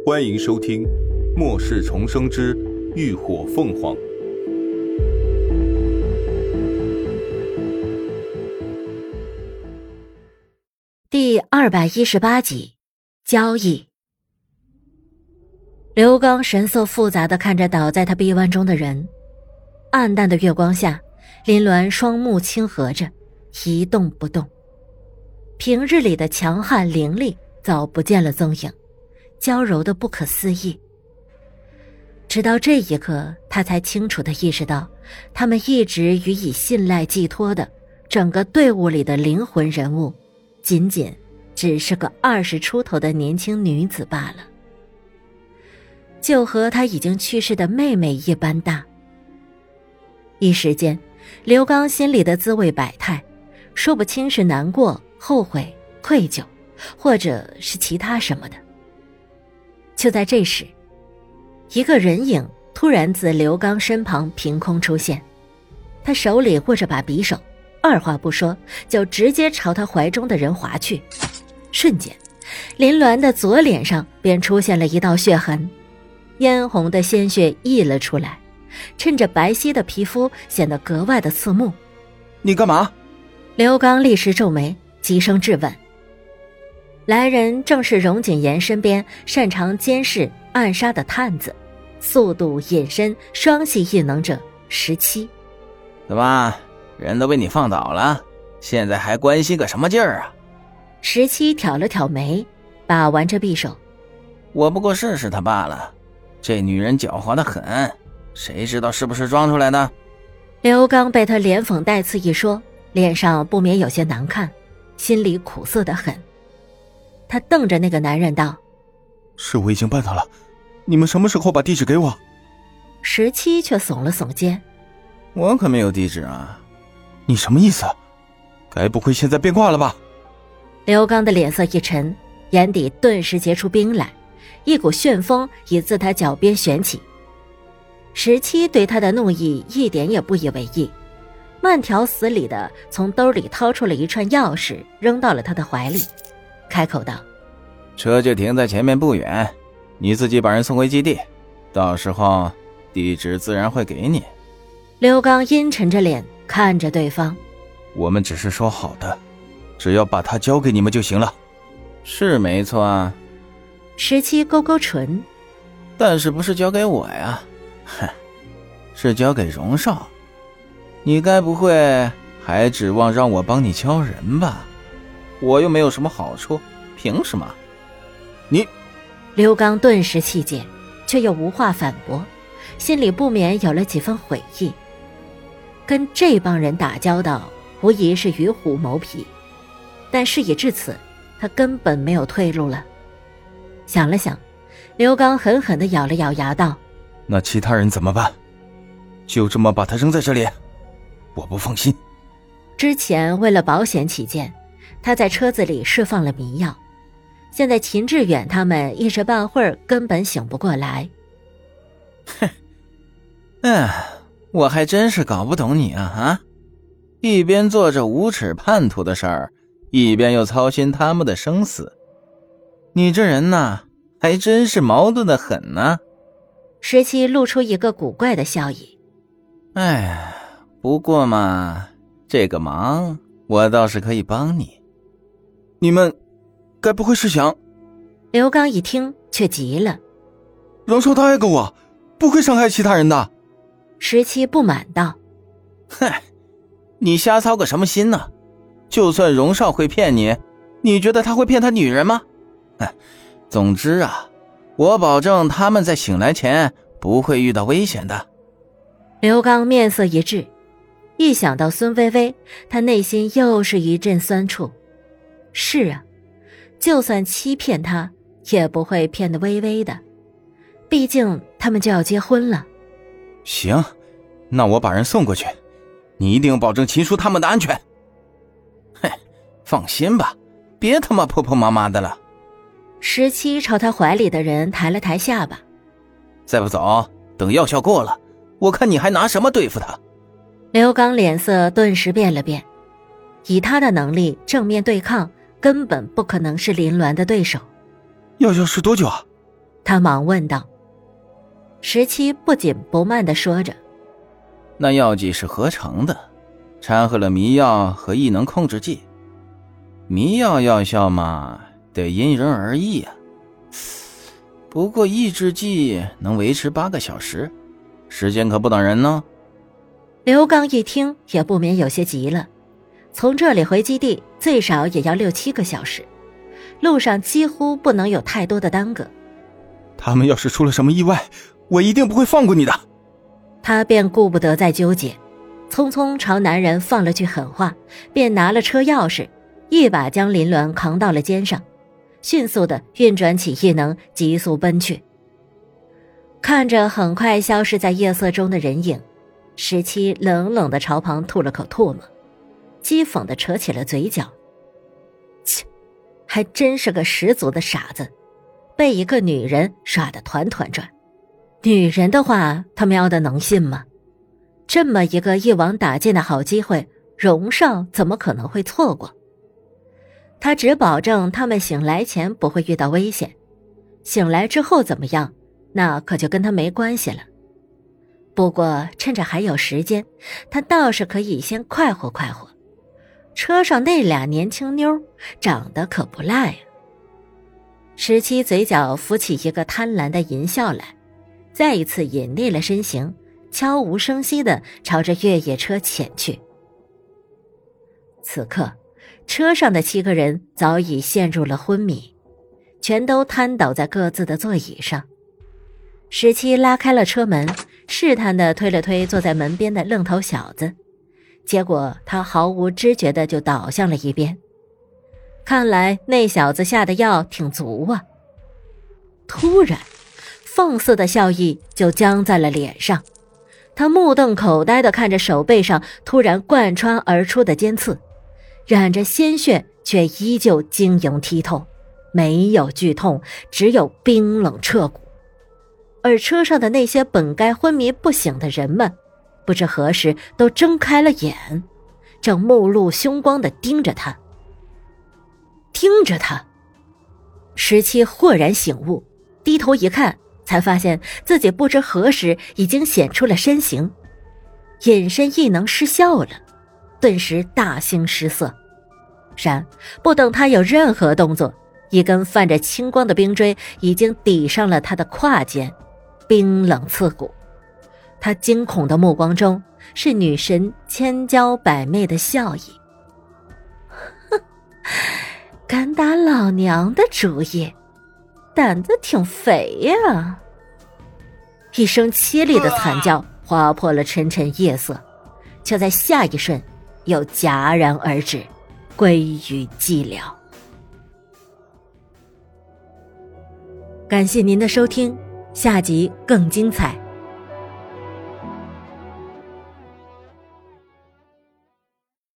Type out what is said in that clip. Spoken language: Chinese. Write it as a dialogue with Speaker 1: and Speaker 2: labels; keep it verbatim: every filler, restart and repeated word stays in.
Speaker 1: 欢迎收听《末世重生之浴火凤凰》
Speaker 2: 第二百一十八集交易。刘刚神色复杂地看着倒在他臂弯中的人，暗淡的月光下，林鸾双目轻合着，一动不动。平日里的强悍凌厉早不见了踪影，娇柔的不可思议。直到这一刻，他才清楚地意识到，他们一直予以信赖寄托的整个队伍里的灵魂人物，仅仅只是个二十出头的年轻女子罢了，就和她已经去世的妹妹一般大。一时间，刘刚心里的滋味百态，说不清是难过、后悔、愧疚，或者是其他什么的。就在这时，一个人影突然自刘刚身旁凭空出现，他手里握着把匕首，二话不说就直接朝他怀中的人划去。瞬间，林鸾的左脸上便出现了一道血痕，嫣红的鲜血溢了出来，趁着白皙的皮肤显得格外的刺目。
Speaker 3: 你干嘛？
Speaker 2: 刘刚立时皱眉，急声质问。来人正是荣景言身边擅长监视暗杀的探子，速度隐身双系异能者十七。
Speaker 3: 怎么，人都被你放倒了，现在还关心个什么劲儿啊？
Speaker 2: 十七挑了挑眉，把玩着匕首。
Speaker 3: 我不过试试他罢了，这女人狡猾得很，谁知道是不是装出来的？
Speaker 2: 刘刚被他连讽带刺一说，脸上不免有些难看，心里苦涩得很。他瞪着那个男人道：
Speaker 1: 是我已经办到了，你们什么时候把地址给我？
Speaker 2: 十七却耸了耸肩：
Speaker 3: 我可没有地址啊。
Speaker 1: 你什么意思？该不会现在变卦了吧？
Speaker 2: 刘刚的脸色一沉，眼底顿时结出冰来，一股旋风已自他脚边旋起。十七对他的怒意一点也不以为意，慢条斯理地从兜里掏出了一串钥匙，扔到了他的怀里，开口道：
Speaker 3: 车就停在前面不远，你自己把人送回基地，到时候地址自然会给你。
Speaker 2: 刘刚阴沉着脸看着对方：
Speaker 1: 我们只是说好的，只要把他交给你们就行了。
Speaker 3: 是没错啊。
Speaker 2: 十七勾勾唇：
Speaker 3: 但是不是交给我呀？哼，是交给荣少。你该不会还指望让我帮你敲人吧？我又没有什么好处，凭什么？你……
Speaker 2: 刘刚顿时气结，却又无话反驳，心里不免有了几分悔意。跟这帮人打交道，无疑是与虎谋皮，但事已至此，他根本没有退路了。想了想，刘刚狠狠地咬了咬牙道：
Speaker 1: 那其他人怎么办？就这么把他扔在这里？我不放心。
Speaker 2: 之前为了保险起见，他在车子里释放了迷药，现在秦志远他们一时半会儿根本醒不过来。
Speaker 3: 哼，哎，我还真是搞不懂你啊啊！一边做着无耻叛徒的事儿，一边又操心他们的生死。你这人呐，还真是矛盾得很呢。
Speaker 2: 十七露出一个古怪的笑意。
Speaker 3: 哎，不过嘛，这个忙我倒是可以帮你。
Speaker 1: 你们该不会是想……
Speaker 2: 刘刚一听却急了：
Speaker 1: 荣少他爱过我，不会伤害其他人的。
Speaker 2: 十七不满道：
Speaker 3: 嗨，你瞎操个什么心呢？就算荣少会骗你，你觉得他会骗他女人吗？总之啊，我保证他们在醒来前不会遇到危险的。
Speaker 2: 刘刚面色一滞，一想到孙薇薇，他内心又是一阵酸楚。是啊，就算欺骗他，也不会骗得微微的，毕竟他们就要结婚了。
Speaker 1: 行，那我把人送过去，你一定保证秦叔他们的安全。
Speaker 3: 嘿，放心吧，别他妈婆婆妈妈的了。
Speaker 2: 十七朝他怀里的人抬了抬下巴：
Speaker 3: 再不走，等药效过了，我看你还拿什么对付他。
Speaker 2: 刘刚脸色顿时变了变，以他的能力正面对抗，根本不可能是林鸾的对手。
Speaker 1: 药效是多久啊？
Speaker 2: 他忙问道。十七不紧不慢地说着：
Speaker 3: 那药剂是合成的，掺和了迷药和异能控制剂。迷药药效嘛，得因人而异啊。不过抑制剂能维持八个小时，时间可不等人呢。
Speaker 2: 刘刚一听也不免有些急了，从这里回基地最少也要六七个小时，路上几乎不能有太多的耽搁。
Speaker 1: 他们要是出了什么意外，我一定不会放过你的。
Speaker 2: 他便顾不得再纠结，匆匆朝男人放了句狠话，便拿了车钥匙，一把将林鸾扛到了肩上，迅速地运转起异能，急速奔去。看着很快消失在夜色中的人影，十七冷冷地朝旁吐了口唾沫，讥讽地扯起了嘴角。切，还真是个十足的傻子，被一个女人耍得团团转。女人的话他喵的能信吗？这么一个一网打尽的好机会，荣少怎么可能会错过？他只保证他们醒来前不会遇到危险，醒来之后怎么样，那可就跟他没关系了。不过趁着还有时间，他倒是可以先快活快活。车上那俩年轻妞长得可不赖啊。十七嘴角浮起一个贪婪的淫笑来，再一次隐匿了身形，悄无声息地朝着越野车潜去。此刻车上的七个人早已陷入了昏迷，全都瘫倒在各自的座椅上。十七拉开了车门，试探地推了推坐在门边的愣头小子，结果他毫无知觉地就倒向了一边。看来那小子下的药挺足啊。突然放肆的笑意就僵在了脸上，他目瞪口呆地看着手背上突然贯穿而出的尖刺，染着鲜血却依旧晶莹剔透，没有剧痛，只有冰冷彻骨。而车上的那些本该昏迷不醒的人们，不知何时都睁开了眼，正目露凶光地盯着他。盯着他，十七豁然醒悟，低头一看，才发现自己不知何时已经显出了身形，隐身异能失效了，顿时大惊失色。然不等他有任何动作，一根泛着青光的冰锥已经抵上了他的胯间，冰冷刺骨。他惊恐的目光中是女神千娇百媚的笑意。哼，敢打老娘的主意，胆子挺肥呀！一声凄厉的惨叫划破了沉沉夜色，却在下一瞬又戛然而止，归于寂寥。感谢您的收听，下集更精彩。